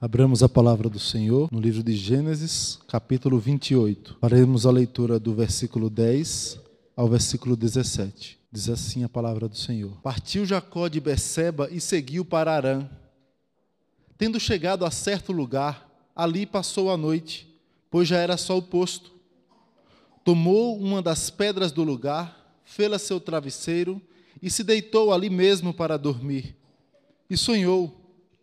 Abramos a palavra do Senhor no livro de Gênesis, capítulo 28. Faremos a leitura do versículo 10 ao versículo 17. Diz assim a palavra do Senhor. Partiu Jacó de Berseba e seguiu para Harã. Tendo chegado a certo lugar, ali passou a noite, pois já era sol posto. Tomou uma das pedras do lugar, fê-la seu travesseiro e se deitou ali mesmo para dormir. E sonhou.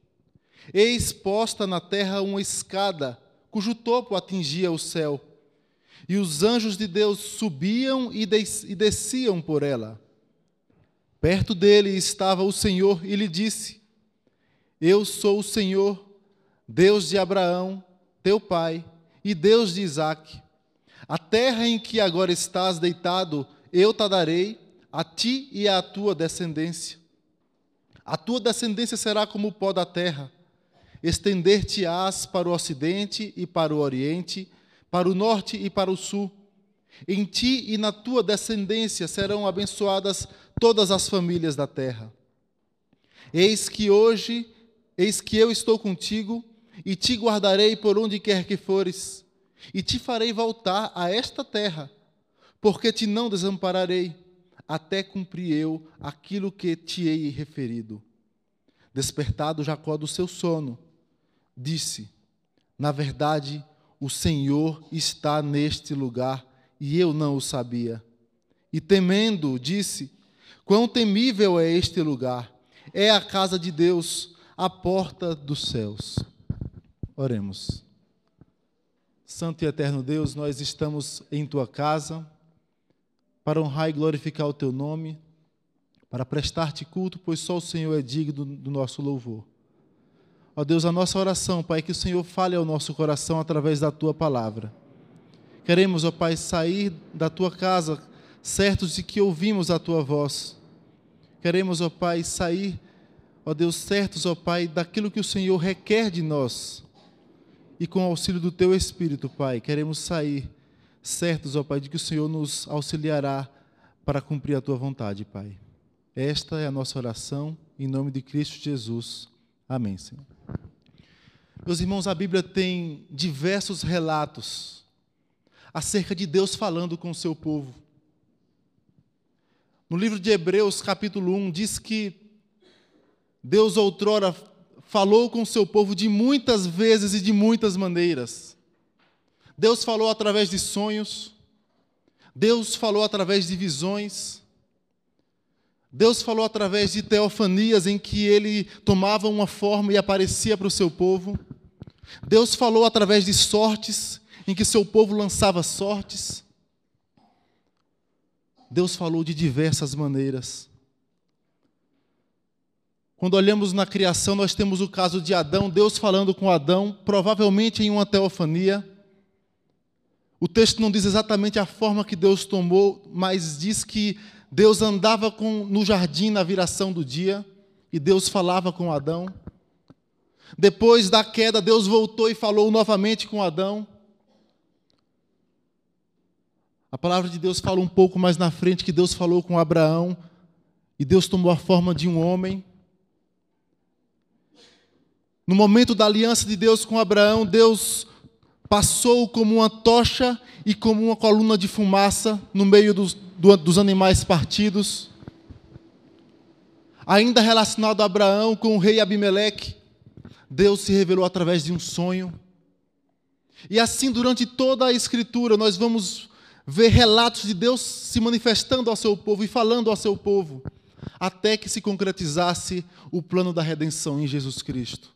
Eis posta na terra uma escada, cujo topo atingia o céu. E os anjos de Deus subiam e desciam por ela. Perto dele estava o Senhor e lhe disse: Eu sou o Senhor, Deus de Abraão, teu pai, e Deus de Isaque. A terra em que agora estás deitado, eu te darei, a ti e à tua descendência. A tua descendência será como o pó da terra. Estender-te-ás para o ocidente e para o oriente, para o norte e para o sul. Em ti e na tua descendência serão abençoadas todas as famílias da terra. Eis que eu estou contigo e te guardarei por onde quer que fores, e te farei voltar a esta terra, porque te não desampararei, até cumprir eu aquilo que te hei referido. Despertado Jacó do seu sono, disse: Na verdade, o Senhor está neste lugar, e eu não o sabia. E temendo, disse: Quão temível é este lugar! É a casa de Deus, a porta dos céus. Oremos. Santo e eterno Deus, nós estamos em Tua casa para honrar e glorificar o Teu nome, para prestar-te culto, pois só o Senhor é digno do nosso louvor. Ó Deus, a nossa oração, Pai, que o Senhor fale ao nosso coração através da Tua palavra. Queremos, ó Pai, sair da Tua casa certos de que ouvimos a Tua voz. Queremos, ó Pai, sair, ó Deus, certos, ó Pai, daquilo que o Senhor requer de nós. E com o auxílio do Teu Espírito, Pai, queremos sair certos, ó Pai, de que o Senhor nos auxiliará para cumprir a Tua vontade, Pai. Esta é a nossa oração, em nome de Cristo Jesus. Amém, Senhor. Meus irmãos, a Bíblia tem diversos relatos acerca de Deus falando com o seu povo. No livro de Hebreus, capítulo 1, diz que Deus outrora falou com o seu povo de muitas vezes e de muitas maneiras. Deus falou através de sonhos, Deus falou através de visões, Deus falou através de teofanias em que Ele tomava uma forma e aparecia para o seu povo. Deus falou através de sortes, em que seu povo lançava sortes. Deus falou de diversas maneiras. Quando olhamos na criação, nós temos o caso de Adão, Deus falando com Adão, provavelmente em uma teofania. O texto não diz exatamente a forma que Deus tomou, mas diz que Deus andava no jardim na viração do dia, e Deus falava com Adão. Depois da queda, Deus voltou e falou novamente com Adão. A palavra de Deus fala um pouco mais na frente que Deus falou com Abraão, e Deus tomou a forma de um homem. No momento da aliança de Deus com Abraão, Deus passou como uma tocha e como uma coluna de fumaça no meio dos animais partidos. Ainda relacionado a Abraão com o rei Abimeleque, Deus se revelou através de um sonho. E assim, durante toda a Escritura, nós vamos ver relatos de Deus se manifestando ao seu povo e falando ao seu povo, até que se concretizasse o plano da redenção em Jesus Cristo.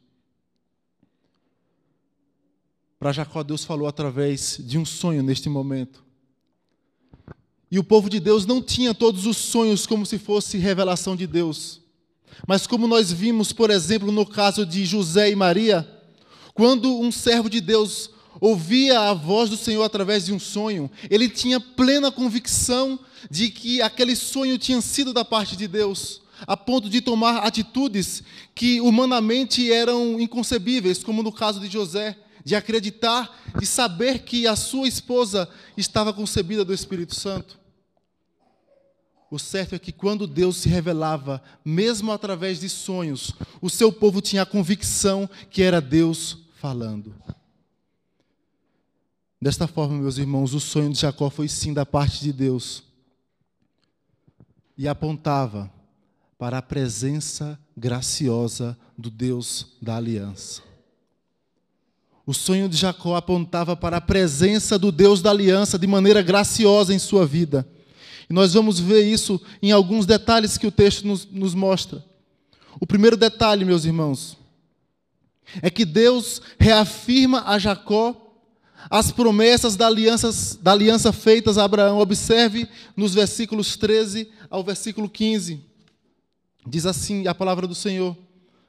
Para Jacó, Deus falou através de um sonho neste momento. E o povo de Deus não tinha todos os sonhos como se fosse revelação de Deus. Mas como nós vimos, por exemplo, no caso de José e Maria, quando um servo de Deus ouvia a voz do Senhor através de um sonho, ele tinha plena convicção de que aquele sonho tinha sido da parte de Deus, a ponto de tomar atitudes que humanamente eram inconcebíveis, como no caso de José, de acreditar, de saber que a sua esposa estava concebida do Espírito Santo. O certo é que quando Deus se revelava, mesmo através de sonhos, o seu povo tinha a convicção que era Deus falando. Desta forma, meus irmãos, o sonho de Jacó foi sim da parte de Deus e apontava para a presença graciosa do Deus da aliança. O sonho de Jacó apontava para a presença do Deus da aliança de maneira graciosa em sua vida. E nós vamos ver isso em alguns detalhes que o texto nos mostra. O primeiro detalhe, meus irmãos, é que Deus reafirma a Jacó as promessas da aliança feitas a Abraão. Observe nos versículos 13 ao versículo 15. Diz assim a palavra do Senhor: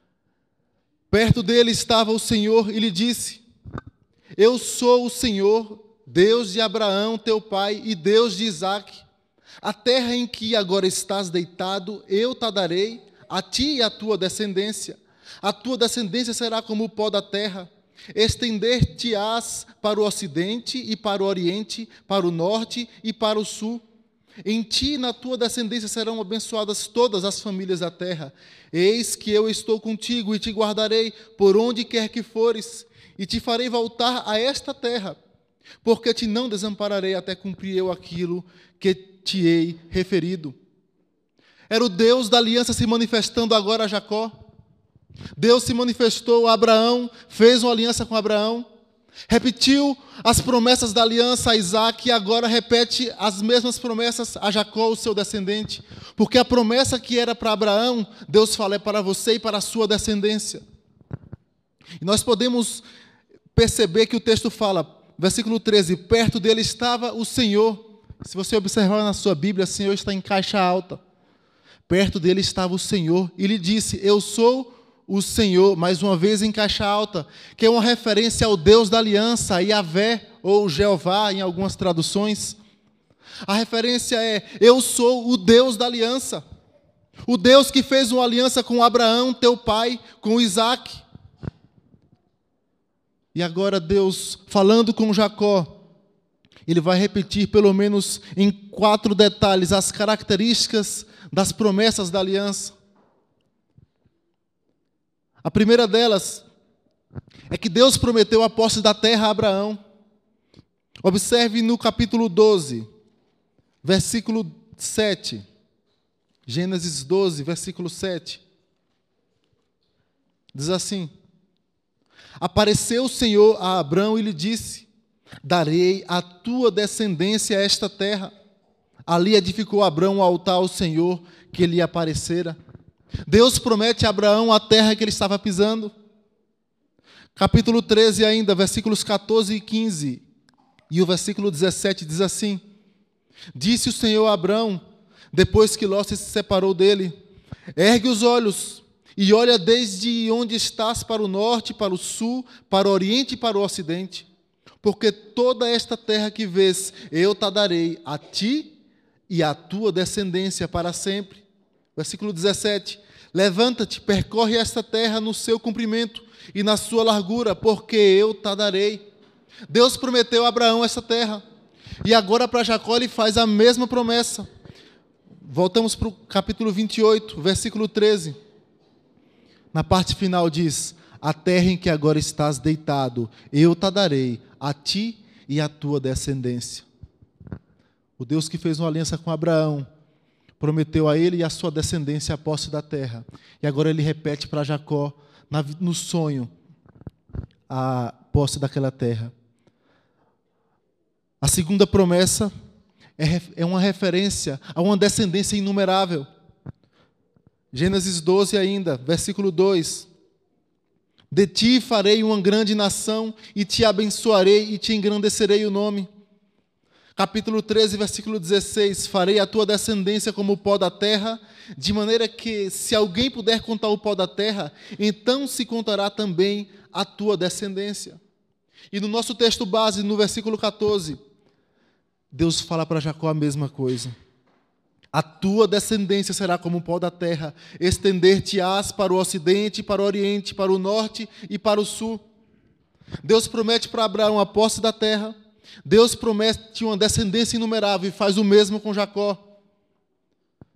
perto dele estava o Senhor e lhe disse: eu sou o Senhor, Deus de Abraão, teu pai, e Deus de Isaque. A terra em que agora estás deitado, eu te darei, a ti e à tua descendência. A tua descendência será como o pó da terra. Estender-te-ás para o ocidente e para o oriente, para o norte e para o sul. Em ti e na tua descendência serão abençoadas todas as famílias da terra. Eis que eu estou contigo e te guardarei por onde quer que fores, e te farei voltar a esta terra, porque te não desampararei até cumprir eu aquilo que te hei referido. Era o Deus da aliança se manifestando agora a Jacó. Deus se manifestou a Abraão, fez uma aliança com Abraão, repetiu as promessas da aliança a Isaque e agora repete as mesmas promessas a Jacó, o seu descendente. Porque a promessa que era para Abraão, Deus fala, é para você e para a sua descendência. E nós podemos perceber que o texto fala, versículo 13, perto dele estava o Senhor. Se você observar na sua Bíblia, o Senhor está em caixa alta. Perto dele estava o Senhor e lhe disse: eu sou o Senhor, mais uma vez em caixa alta, que é uma referência ao Deus da aliança, Yahvé ou Jeová em algumas traduções. A referência é: eu sou o Deus da aliança, o Deus que fez uma aliança com Abraão, teu pai, com Isaque. E agora Deus, falando com Jacó, ele vai repetir pelo menos em 4 detalhes as características das promessas da aliança. A primeira delas é que Deus prometeu a posse da terra a Abraão. Observe no capítulo 12, versículo 7. Gênesis 12, versículo 7. Diz assim: apareceu o Senhor a Abraão e lhe disse: darei à tua descendência esta terra. Ali edificou Abraão um altar ao Senhor que lhe aparecera. Deus promete a Abraão a terra que ele estava pisando. Capítulo 13 ainda, versículos 14 e 15. E o versículo 17 diz assim: disse o Senhor a Abraão, depois que Ló se separou dele: ergue os olhos e olha desde onde estás para o norte, para o sul, para o oriente e para o ocidente. Porque toda esta terra que vês, eu te darei a ti e à tua descendência para sempre. Versículo 17. Levanta-te, percorre esta terra no seu comprimento e na sua largura, porque eu te darei. Deus prometeu a Abraão essa terra. E agora para Jacó ele faz a mesma promessa. Voltamos para o capítulo 28, versículo 13. Na parte final diz: a terra em que agora estás deitado, eu te darei a ti e à tua descendência. O Deus que fez uma aliança com Abraão prometeu a ele e à sua descendência a posse da terra. E agora ele repete para Jacó, no sonho, a posse daquela terra. A segunda promessa é uma referência a uma descendência inumerável. Gênesis 12 ainda, versículo 2. De ti farei uma grande nação, e te abençoarei e te engrandecerei o nome. Capítulo 13, versículo 16. Farei a tua descendência como o pó da terra, de maneira que, se alguém puder contar o pó da terra, então se contará também a tua descendência. E no nosso texto base, no versículo 14, Deus fala para Jacó a mesma coisa. A tua descendência será como o pó da terra, estender-te-ás para o ocidente, para o oriente, para o norte e para o sul. Deus promete para Abraão a posse da terra. Deus promete uma descendência inumerável e faz o mesmo com Jacó.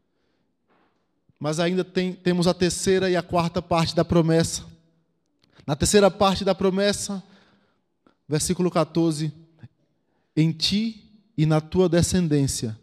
mas ainda temos a terceira e a quarta parte da promessa. Na terceira parte da promessa, versículo 14: em ti e na tua descendência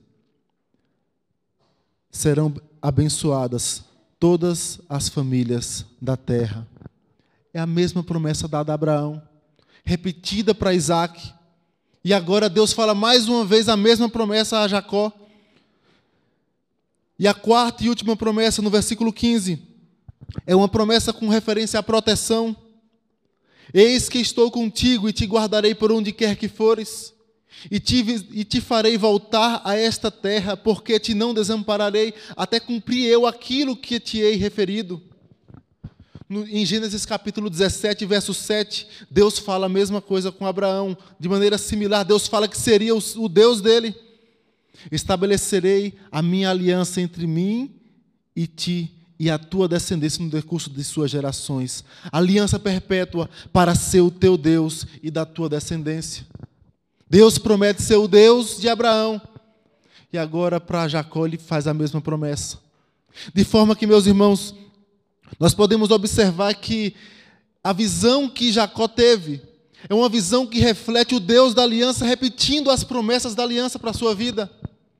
serão abençoadas todas as famílias da terra. É a mesma promessa dada a Abraão, repetida para Isaac, e agora Deus fala mais uma vez a mesma promessa a Jacó. E a quarta e última promessa, no versículo 15, é uma promessa com referência à proteção. Eis que estou contigo e te guardarei por onde quer que fores, e te farei voltar a esta terra, porque te não desampararei, até cumprir eu aquilo que te hei referido. Em Gênesis capítulo 17, verso 7, Deus fala a mesma coisa com Abraão. De maneira similar, Deus fala que seria o Deus dele. Estabelecerei a minha aliança entre mim e ti, e a tua descendência no decurso de suas gerações. Aliança perpétua para ser o teu Deus e da tua descendência. Deus promete ser o Deus de Abraão. E agora para Jacó ele faz a mesma promessa. De forma que, meus irmãos, nós podemos observar que a visão que Jacó teve é uma visão que reflete o Deus da aliança, repetindo as promessas da aliança para a sua vida.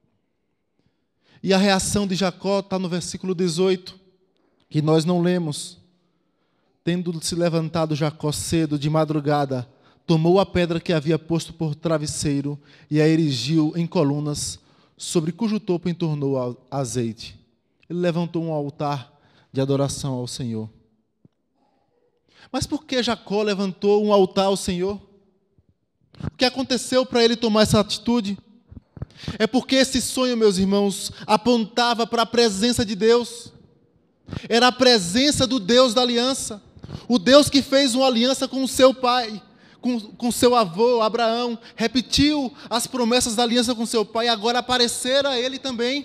E a reação de Jacó está no versículo 18, que nós não lemos. Tendo se levantado Jacó cedo, de madrugada, tomou a pedra que havia posto por travesseiro e a erigiu em colunas, sobre cujo topo entornou azeite. Ele levantou um altar de adoração ao Senhor. Mas por que Jacó levantou um altar ao Senhor? O que aconteceu para ele tomar essa atitude? É porque esse sonho, meus irmãos, apontava para a presença de Deus. Era a presença do Deus da aliança. O Deus que fez uma aliança com o seu pai, com seu avô, Abraão, repetiu as promessas da aliança com seu pai, e agora aparecera a ele também.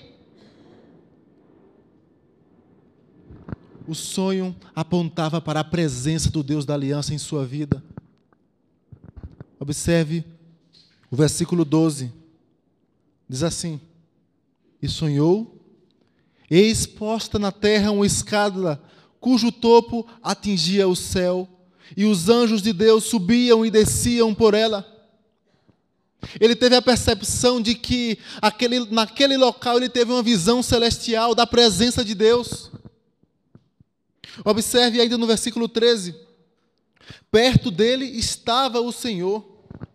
O sonho apontava para a presença do Deus da aliança em sua vida. Observe o versículo 12. Diz assim: e sonhou, eis posta na terra uma escada, cujo topo atingia o céu, e os anjos de Deus subiam e desciam por ela. Ele teve a percepção de que naquele local ele teve uma visão celestial da presença de Deus. Observe ainda no versículo 13. Perto dele estava o Senhor.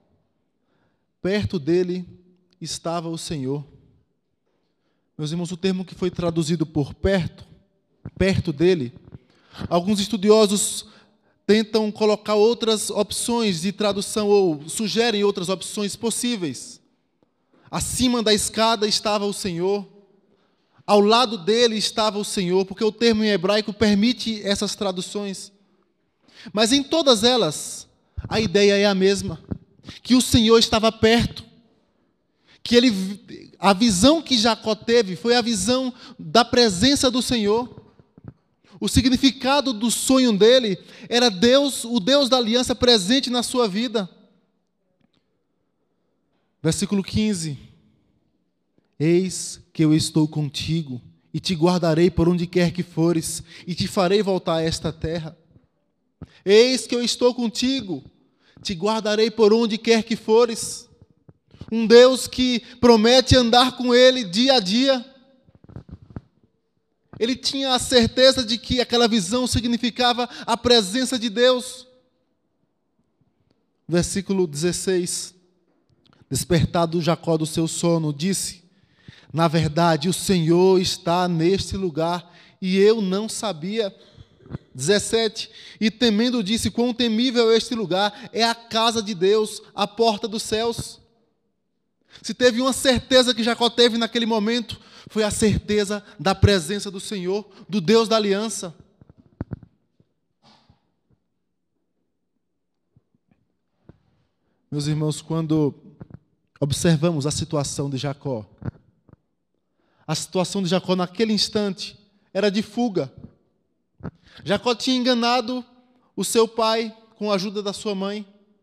Perto dele estava o Senhor. Meus irmãos, o termo que foi traduzido por perto dele, alguns estudiosos tentam colocar outras opções de tradução, ou sugerem outras opções possíveis. Acima da escada estava o Senhor, ao lado dele estava o Senhor, porque o termo em hebraico permite essas traduções. Mas em todas elas, a ideia é a mesma, que o Senhor estava perto, que a visão que Jacó teve foi a visão da presença do Senhor. O significado do sonho dele era Deus, o Deus da aliança presente na sua vida. Versículo 15. Eis que eu estou contigo e te guardarei por onde quer que fores e te farei voltar a esta terra. Eis que eu estou contigo, te guardarei por onde quer que fores. Um Deus que promete andar com ele dia a dia. Ele tinha a certeza de que aquela visão significava a presença de Deus. Versículo 16. Despertado Jacó do seu sono, disse: na verdade, o Senhor está neste lugar, e eu não sabia. 17. E temendo disse: quão temível é este lugar, é a casa de Deus, a porta dos céus. Se teve uma certeza que Jacó teve naquele momento, foi a certeza da presença do Senhor, do Deus da aliança. Meus irmãos, quando observamos a situação de Jacó, a situação de Jacó naquele instante era de fuga. Jacó tinha enganado o seu pai com a ajuda da sua mãe.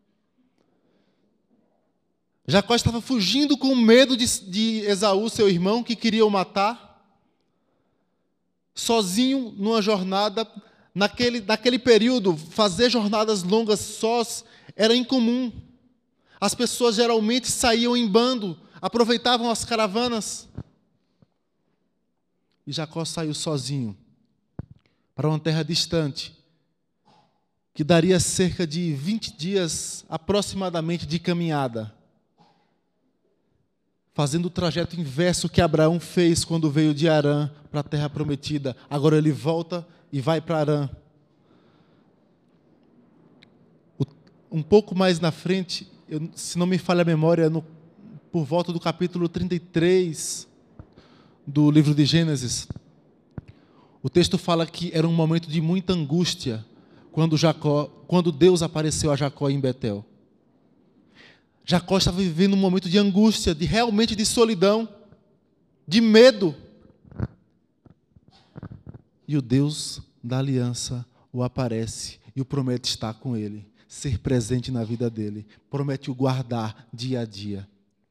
Jacó estava fugindo com medo de Esaú, seu irmão, que queria o matar. sozinho numa jornada. Naquele período, fazer jornadas longas sós era incomum. As pessoas geralmente saíam em bando, aproveitavam as caravanas. E Jacó saiu sozinho para uma terra distante, que daria cerca de 20 dias aproximadamente de caminhada, fazendo o trajeto inverso que Abraão fez quando veio de Harã para a terra prometida. Agora ele volta e vai para Harã. Um pouco mais na frente, se não me falha a memória, por volta do capítulo 33 do livro de Gênesis, o texto fala que era um momento de muita angústia quando Deus apareceu a Jacó em Betel. Jacó estava vivendo um momento de angústia, realmente de solidão, de medo. E o Deus da aliança o aparece e o promete estar com ele, ser presente na vida dele, promete o guardar dia a dia.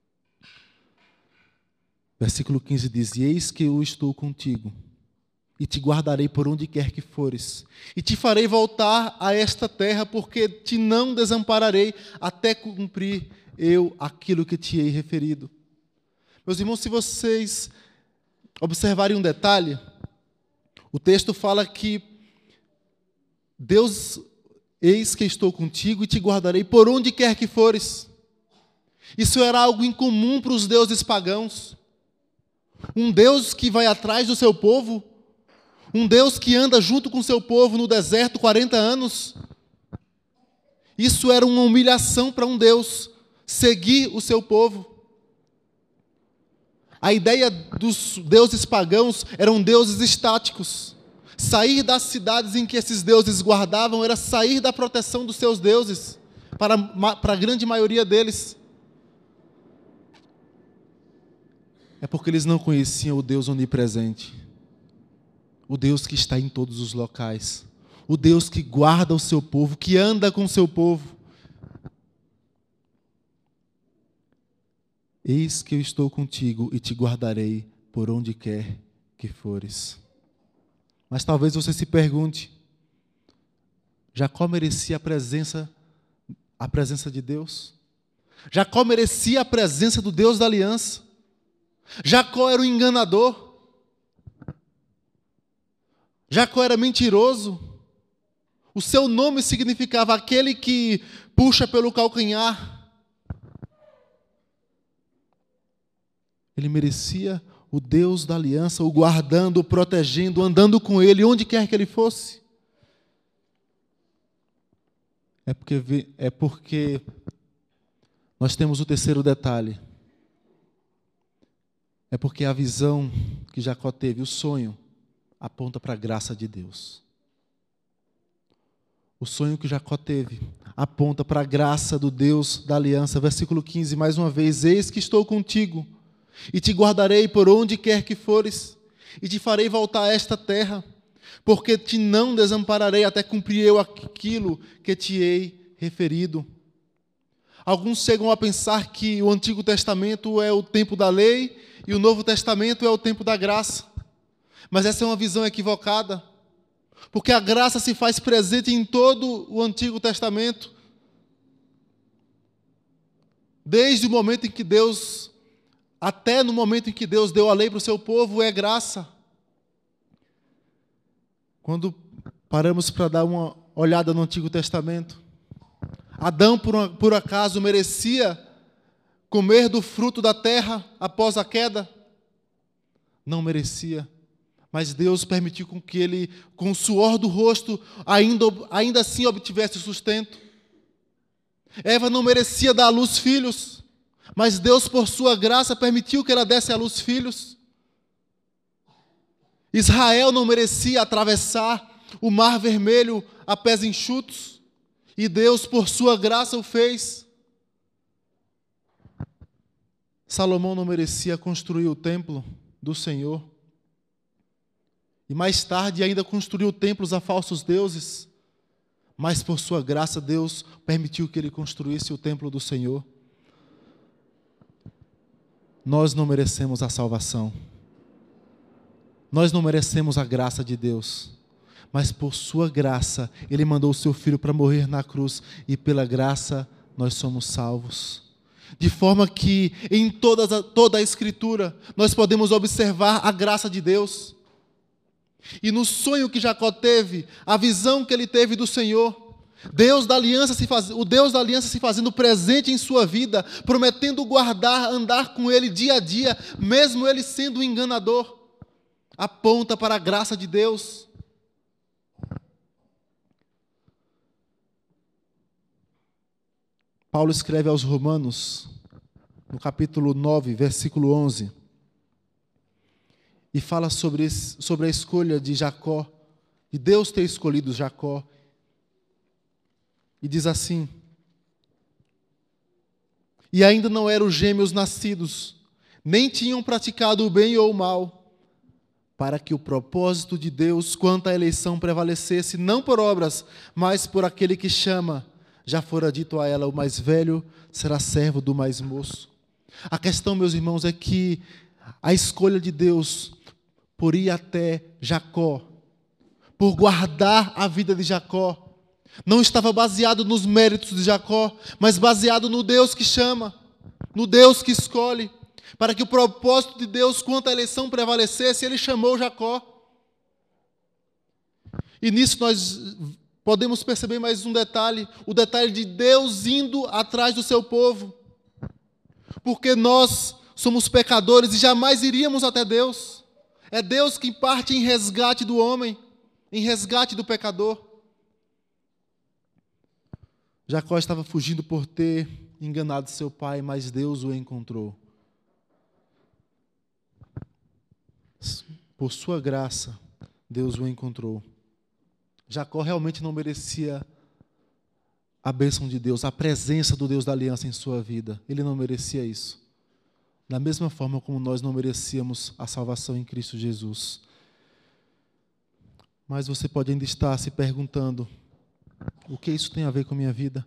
Versículo 15 diz: eis que eu estou contigo, e te guardarei por onde quer que fores, e te farei voltar a esta terra, porque te não desampararei até cumprir eu aquilo que te hei referido. Meus irmãos, se vocês observarem um detalhe, o texto fala que Deus, eis que estou contigo e te guardarei por onde quer que fores. Isso era algo incomum para os deuses pagãos. Um Deus que vai atrás do seu povo, um Deus que anda junto com o seu povo no deserto 40 anos. Isso era uma humilhação para um Deus, seguir o seu povo. A ideia dos deuses pagãos eram deuses estáticos. Sair das cidades em que esses deuses guardavam era sair da proteção dos seus deuses, para a grande maioria deles. É porque eles não conheciam o Deus onipresente, o Deus que está em todos os locais, o Deus que guarda o seu povo, que anda com o seu povo. Eis que eu estou contigo e te guardarei por onde quer que fores. Mas talvez você se pergunte: Jacó merecia a presença de Deus? Jacó merecia a presença do Deus da aliança? Jacó era um enganador? Jacó era mentiroso? O seu nome significava aquele que puxa pelo calcanhar. Ele merecia o Deus da aliança, o guardando, o protegendo, andando com ele, onde quer que ele fosse. É porque nós temos o terceiro detalhe. É porque a visão que Jacó teve, o sonho, aponta para a graça de Deus. O sonho que Jacó teve aponta para a graça do Deus da aliança. Versículo 15, mais uma vez: eis que estou contigo, e te guardarei por onde quer que fores, e te farei voltar a esta terra, porque te não desampararei até cumprir eu aquilo que te hei referido. Alguns chegam a pensar que o Antigo Testamento é o tempo da lei e o Novo Testamento é o tempo da graça. Mas essa é uma visão equivocada, porque a graça se faz presente em todo o Antigo Testamento. Desde o momento em que Deus, até no momento em que Deus deu a lei para o seu povo, é graça. Quando paramos para dar uma olhada no Antigo Testamento, Adão, por acaso, merecia comer do fruto da terra após a queda? Não merecia. Mas Deus permitiu com que ele, com o suor do rosto, ainda assim obtivesse sustento. Eva não merecia dar à luz filhos, mas Deus, por sua graça, permitiu que ela desse à luz filhos. Israel não merecia atravessar o Mar Vermelho a pés enxutos, e Deus, por sua graça, o fez. Salomão não merecia construir o templo do Senhor, e mais tarde ainda construiu templos a falsos deuses, mas por sua graça Deus permitiu que ele construísse o templo do Senhor. Nós não merecemos a salvação. Nós não merecemos a graça de Deus, mas por sua graça, Ele mandou o seu Filho para morrer na cruz, e pela graça nós somos salvos. De forma que em toda a Escritura, nós podemos observar a graça de Deus. E no sonho que Jacó teve, a visão que ele teve do Senhor, o Deus da aliança se fazendo presente em sua vida, prometendo guardar, andar com ele dia a dia, mesmo ele sendo um enganador, aponta para a graça de Deus. Paulo escreve aos Romanos, no capítulo 9, versículo 11, e fala sobre a escolha de Jacó, de Deus ter escolhido Jacó, e diz assim: e ainda não eram gêmeos nascidos, nem tinham praticado o bem ou o mal, para que o propósito de Deus quanto à eleição prevalecesse, não por obras, mas por aquele que chama. Já fora dito a ela, o mais velho será servo do mais moço. A questão, meus irmãos, é que a escolha de Deus por ir até Jacó, por guardar a vida de Jacó, não estava baseado nos méritos de Jacó, mas baseado no Deus que chama, no Deus que escolhe. Para que o propósito de Deus quanto à eleição prevalecesse, Ele chamou Jacó. E nisso nós podemos perceber mais um detalhe, o detalhe de Deus indo atrás do seu povo. Porque nós somos pecadores e jamais iríamos até Deus. É Deus que parte em resgate do homem, em resgate do pecador. Jacó estava fugindo por ter enganado seu pai, mas Deus o encontrou. Por sua graça, Deus o encontrou. Jacó realmente não merecia a bênção de Deus, a presença do Deus da aliança em sua vida. Ele não merecia isso. Da mesma forma como nós não merecíamos a salvação em Cristo Jesus. Mas você pode ainda estar se perguntando: o que isso tem a ver com a minha vida?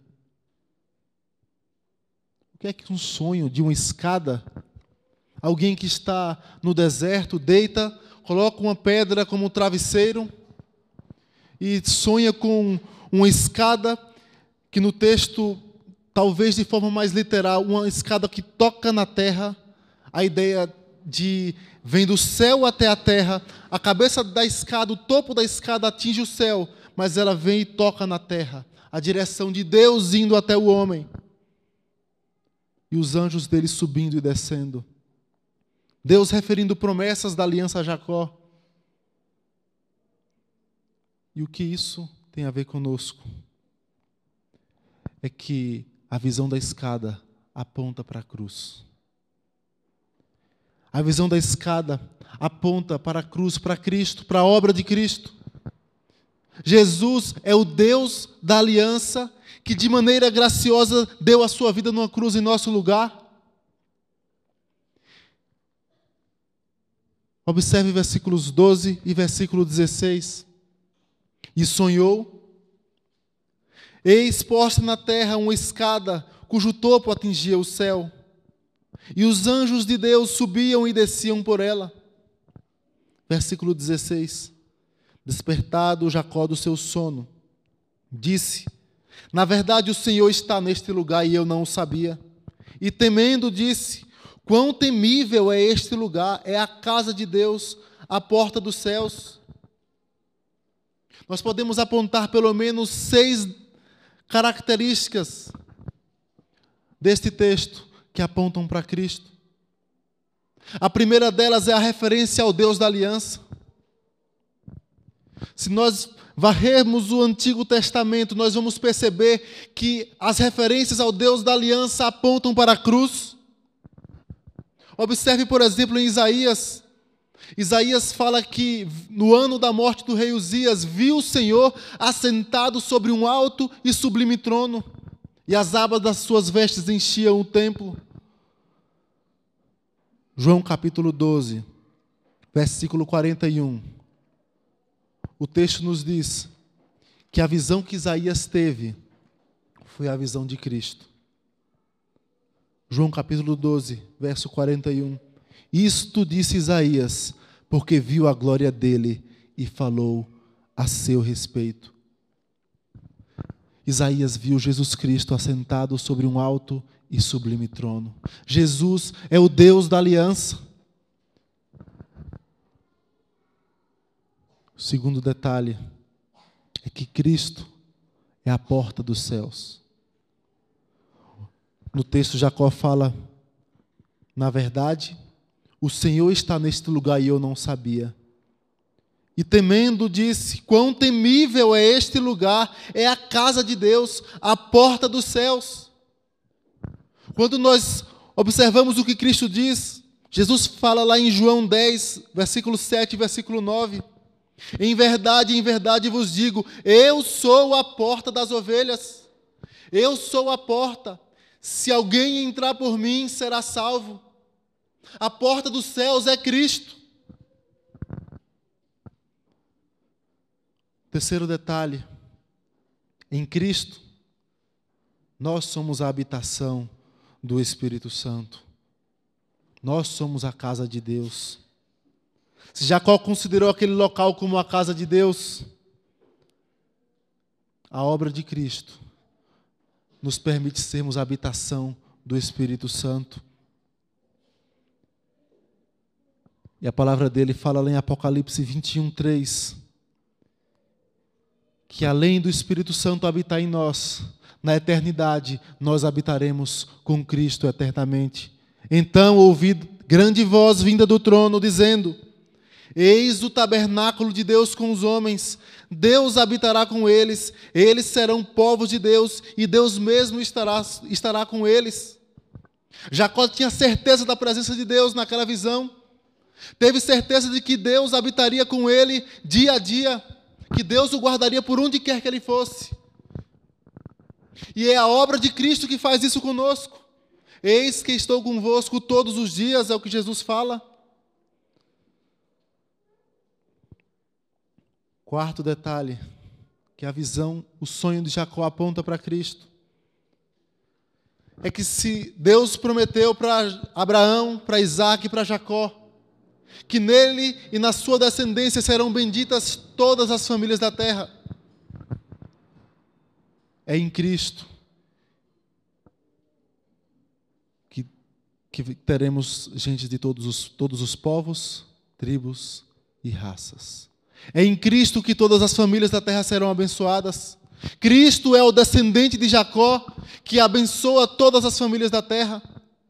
O que é que um sonho de uma escada? Alguém que está no deserto, deita, coloca uma pedra como travesseiro e sonha com uma escada que no texto, talvez de forma mais literal, uma escada que toca na terra. A ideia de vem do céu até a terra, a cabeça da escada, o topo da escada atinge o céu, mas ela vem e toca na terra. A direção de Deus indo até o homem. E os anjos dele subindo e descendo. Deus referindo promessas da aliança a Jacó. E o que isso tem a ver conosco? É que a visão da escada aponta para a cruz. A visão da escada aponta para a cruz, para Cristo, para a obra de Cristo. Jesus é o Deus da aliança que de maneira graciosa deu a sua vida numa cruz em nosso lugar. Observe versículos 12 e versículo 16. E sonhou, eis posta na terra uma escada, cujo topo atingia o céu, e os anjos de Deus subiam e desciam por ela. Versículo 16. Despertado Jacó do seu sono, disse: na verdade o Senhor está neste lugar e eu não o sabia. E temendo disse: quão temível é este lugar, é a casa de Deus, a porta dos céus. Nós podemos apontar pelo menos 6 características deste texto que apontam para Cristo. A primeira delas é a referência ao Deus da aliança. Se nós varrermos o Antigo Testamento, nós vamos perceber que as referências ao Deus da aliança apontam para a cruz. Observe, por exemplo, em Isaías. Isaías fala que no ano da morte do rei Uzias, viu o Senhor assentado sobre um alto e sublime trono, e as abas das suas vestes enchiam o templo. João capítulo 12, versículo 41. O texto nos diz que a visão que Isaías teve foi a visão de Cristo. João capítulo 12, verso 41. Isto disse Isaías, porque viu a glória dele e falou a seu respeito. Isaías viu Jesus Cristo assentado sobre um alto e sublime trono. Jesus é o Deus da aliança. O segundo detalhe é que Cristo é a porta dos céus. No texto, Jacó fala: na verdade, o Senhor está neste lugar e eu não sabia. E temendo, disse: quão temível é este lugar, é a casa de Deus, a porta dos céus. Quando nós observamos o que Cristo diz, Jesus fala lá em João 10, versículo 7 e versículo 9. Em verdade vos digo, eu sou a porta das ovelhas. Eu sou a porta. Se alguém entrar por mim, será salvo. A porta dos céus é Cristo. Terceiro detalhe, em Cristo, nós somos a habitação do Espírito Santo. Nós somos a casa de Deus. Se Jacó considerou aquele local como a casa de Deus, a obra de Cristo nos permite sermos a habitação do Espírito Santo. E a palavra dele fala lá em Apocalipse 21:3, que além do Espírito Santo habitar em nós, na eternidade, nós habitaremos com Cristo eternamente. Então ouvi grande voz vinda do trono, dizendo: eis o tabernáculo de Deus com os homens, Deus habitará com eles, eles serão povos de Deus, e Deus mesmo estará com eles. Jacó tinha certeza da presença de Deus naquela visão, teve certeza de que Deus habitaria com ele dia a dia, que Deus o guardaria por onde quer que ele fosse. E é a obra de Cristo que faz isso conosco. Eis que estou convosco todos os dias, é o que Jesus fala. Quarto detalhe, que a visão, o sonho de Jacó aponta para Cristo, é que se Deus prometeu para Abraão, para Isaac e para Jacó, que nele e na sua descendência serão benditas todas as famílias da terra, é em Cristo que teremos gente de todos os povos, tribos e raças. É em Cristo que todas as famílias da terra serão abençoadas. Cristo é o descendente de Jacó que abençoa todas as famílias da terra.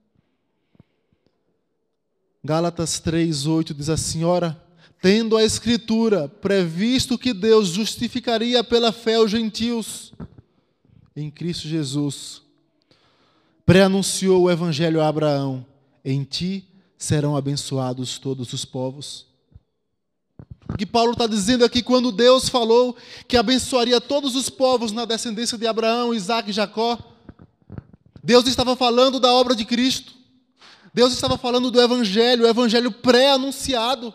Gálatas 3:8 diz assim: ora, tendo a Escritura previsto que Deus justificaria pela fé os gentios, em Cristo Jesus, preanunciou o Evangelho a Abraão: em ti serão abençoados todos os povos. O que Paulo está dizendo aqui, quando Deus falou que abençoaria todos os povos na descendência de Abraão, Isaac e Jacó, Deus estava falando da obra de Cristo. Deus estava falando do Evangelho, o Evangelho pré-anunciado.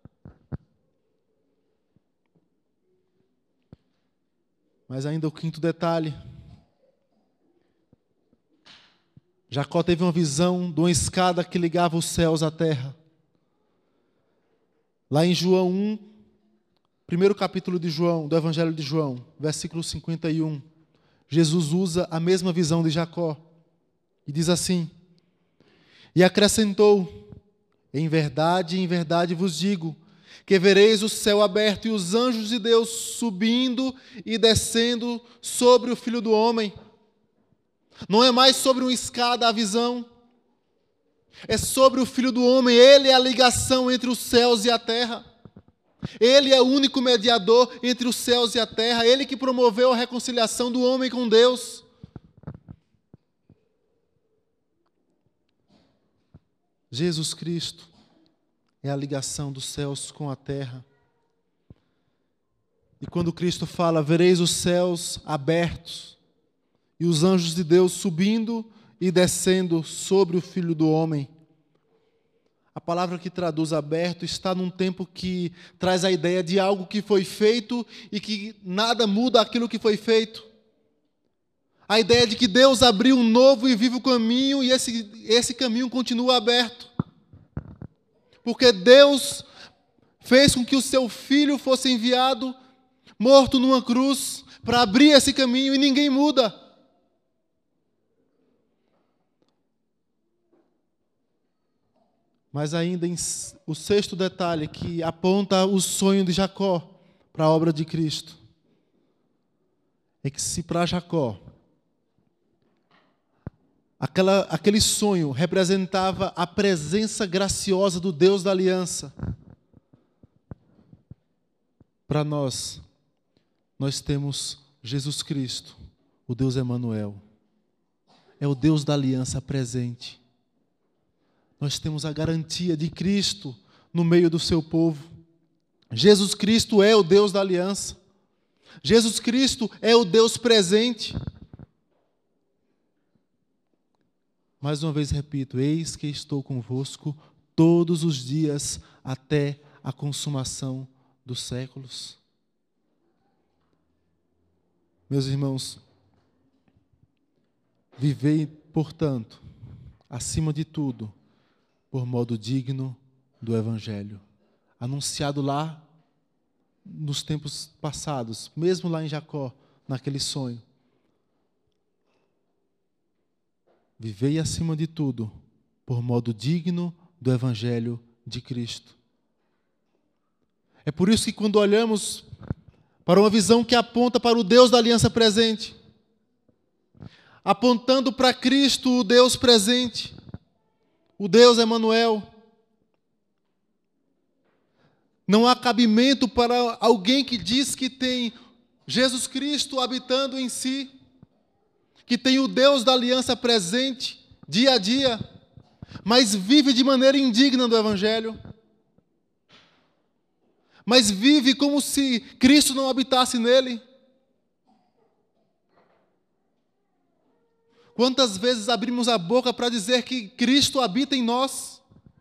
Mas ainda o quinto detalhe. Jacó teve uma visão de uma escada que ligava os céus à terra. Lá em João 1, primeiro capítulo de João, do Evangelho de João, versículo 51, Jesus usa a mesma visão de Jacó e diz assim: e acrescentou: em verdade vos digo, que vereis o céu aberto e os anjos de Deus subindo e descendo sobre o Filho do Homem. Não é mais sobre uma escada a visão, é sobre o Filho do Homem. Ele é a ligação entre os céus e a terra. Ele é o único mediador entre os céus e a terra. Ele que promoveu a reconciliação do homem com Deus. Jesus Cristo é a ligação dos céus com a terra. E quando Cristo fala: vereis os céus abertos e os anjos de Deus subindo e descendo sobre o Filho do Homem, a palavra que traduz aberto está num tempo que traz a ideia de algo que foi feito e que nada muda aquilo que foi feito. A ideia de que Deus abriu um novo e vivo caminho e esse caminho continua aberto. Porque Deus fez com que o seu filho fosse enviado, morto numa cruz, para abrir esse caminho, e ninguém muda. Mas ainda o sexto detalhe que aponta o sonho de Jacó para a obra de Cristo é que se para Jacó aquele sonho representava a presença graciosa do Deus da aliança, para nós temos Jesus Cristo, o Deus Emanuel. É o Deus da aliança presente. Nós temos a garantia de Cristo no meio do seu povo. Jesus Cristo é o Deus da aliança. Jesus Cristo é o Deus presente. Mais uma vez repito, eis que estou convosco todos os dias até a consumação dos séculos. Meus irmãos, vivei, portanto, acima de tudo, por modo digno do Evangelho, anunciado lá nos tempos passados, mesmo lá em Jacó, naquele sonho. Vivei acima de tudo, por modo digno do Evangelho de Cristo. É por isso que quando olhamos para uma visão que aponta para o Deus da aliança presente, apontando para Cristo, o Deus presente, o Deus Emanuel, não há cabimento para alguém que diz que tem Jesus Cristo habitando em si, que tem o Deus da aliança presente, dia a dia, mas vive de maneira indigna do Evangelho, mas vive como se Cristo não habitasse nele. Quantas vezes abrimos a boca para dizer que Cristo habita em nós?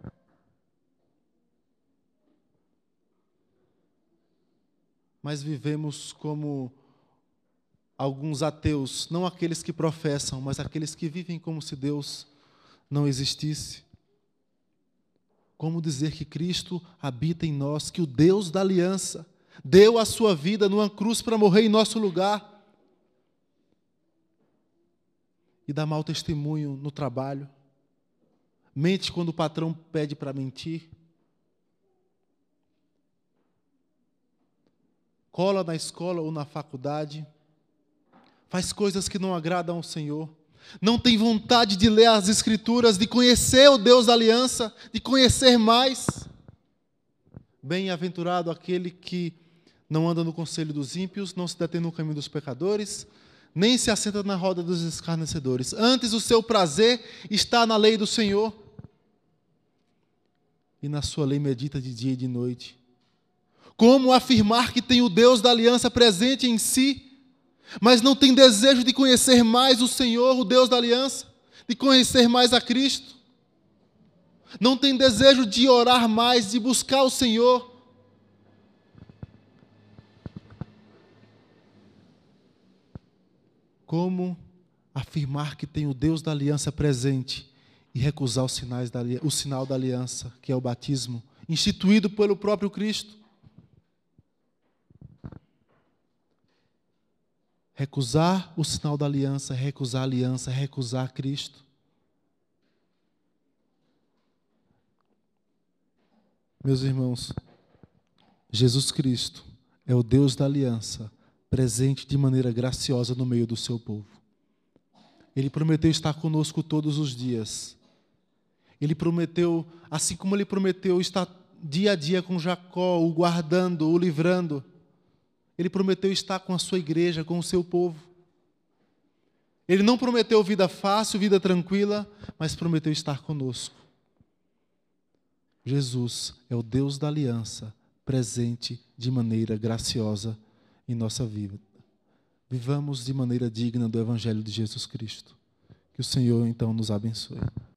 Mas vivemos como alguns ateus, não aqueles que professam, mas aqueles que vivem como se Deus não existisse. Como dizer que Cristo habita em nós, que o Deus da aliança deu a sua vida numa cruz para morrer em nosso lugar, e dá mau testemunho no trabalho, mente quando o patrão pede para mentir, cola na escola ou na faculdade, faz coisas que não agradam ao Senhor, não tem vontade de ler as Escrituras, de conhecer o Deus da aliança, de conhecer mais. Bem-aventurado aquele que não anda no conselho dos ímpios, não se detém no caminho dos pecadores, nem se assenta na roda dos escarnecedores. Antes o seu prazer está na lei do Senhor, e na sua lei medita de dia e de noite. Como afirmar que tem o Deus da aliança presente em si, mas não tem desejo de conhecer mais o Senhor, o Deus da aliança, de conhecer mais a Cristo? Não tem desejo de orar mais, de buscar o Senhor? Como afirmar que tem o Deus da aliança presente e recusar o sinal da aliança, que é o batismo, instituído pelo próprio Cristo? Recusar o sinal da aliança, recusar a aliança, recusar Cristo. Meus irmãos, Jesus Cristo é o Deus da aliança, presente de maneira graciosa no meio do seu povo. Ele prometeu estar conosco todos os dias. Ele prometeu, assim como ele prometeu estar dia a dia com Jacó, o guardando, o livrando, ele prometeu estar com a sua igreja, com o seu povo. Ele não prometeu vida fácil, vida tranquila, mas prometeu estar conosco. Jesus é o Deus da aliança, presente de maneira graciosa em nossa vida. Vivamos de maneira digna do Evangelho de Jesus Cristo. Que o Senhor, então, nos abençoe.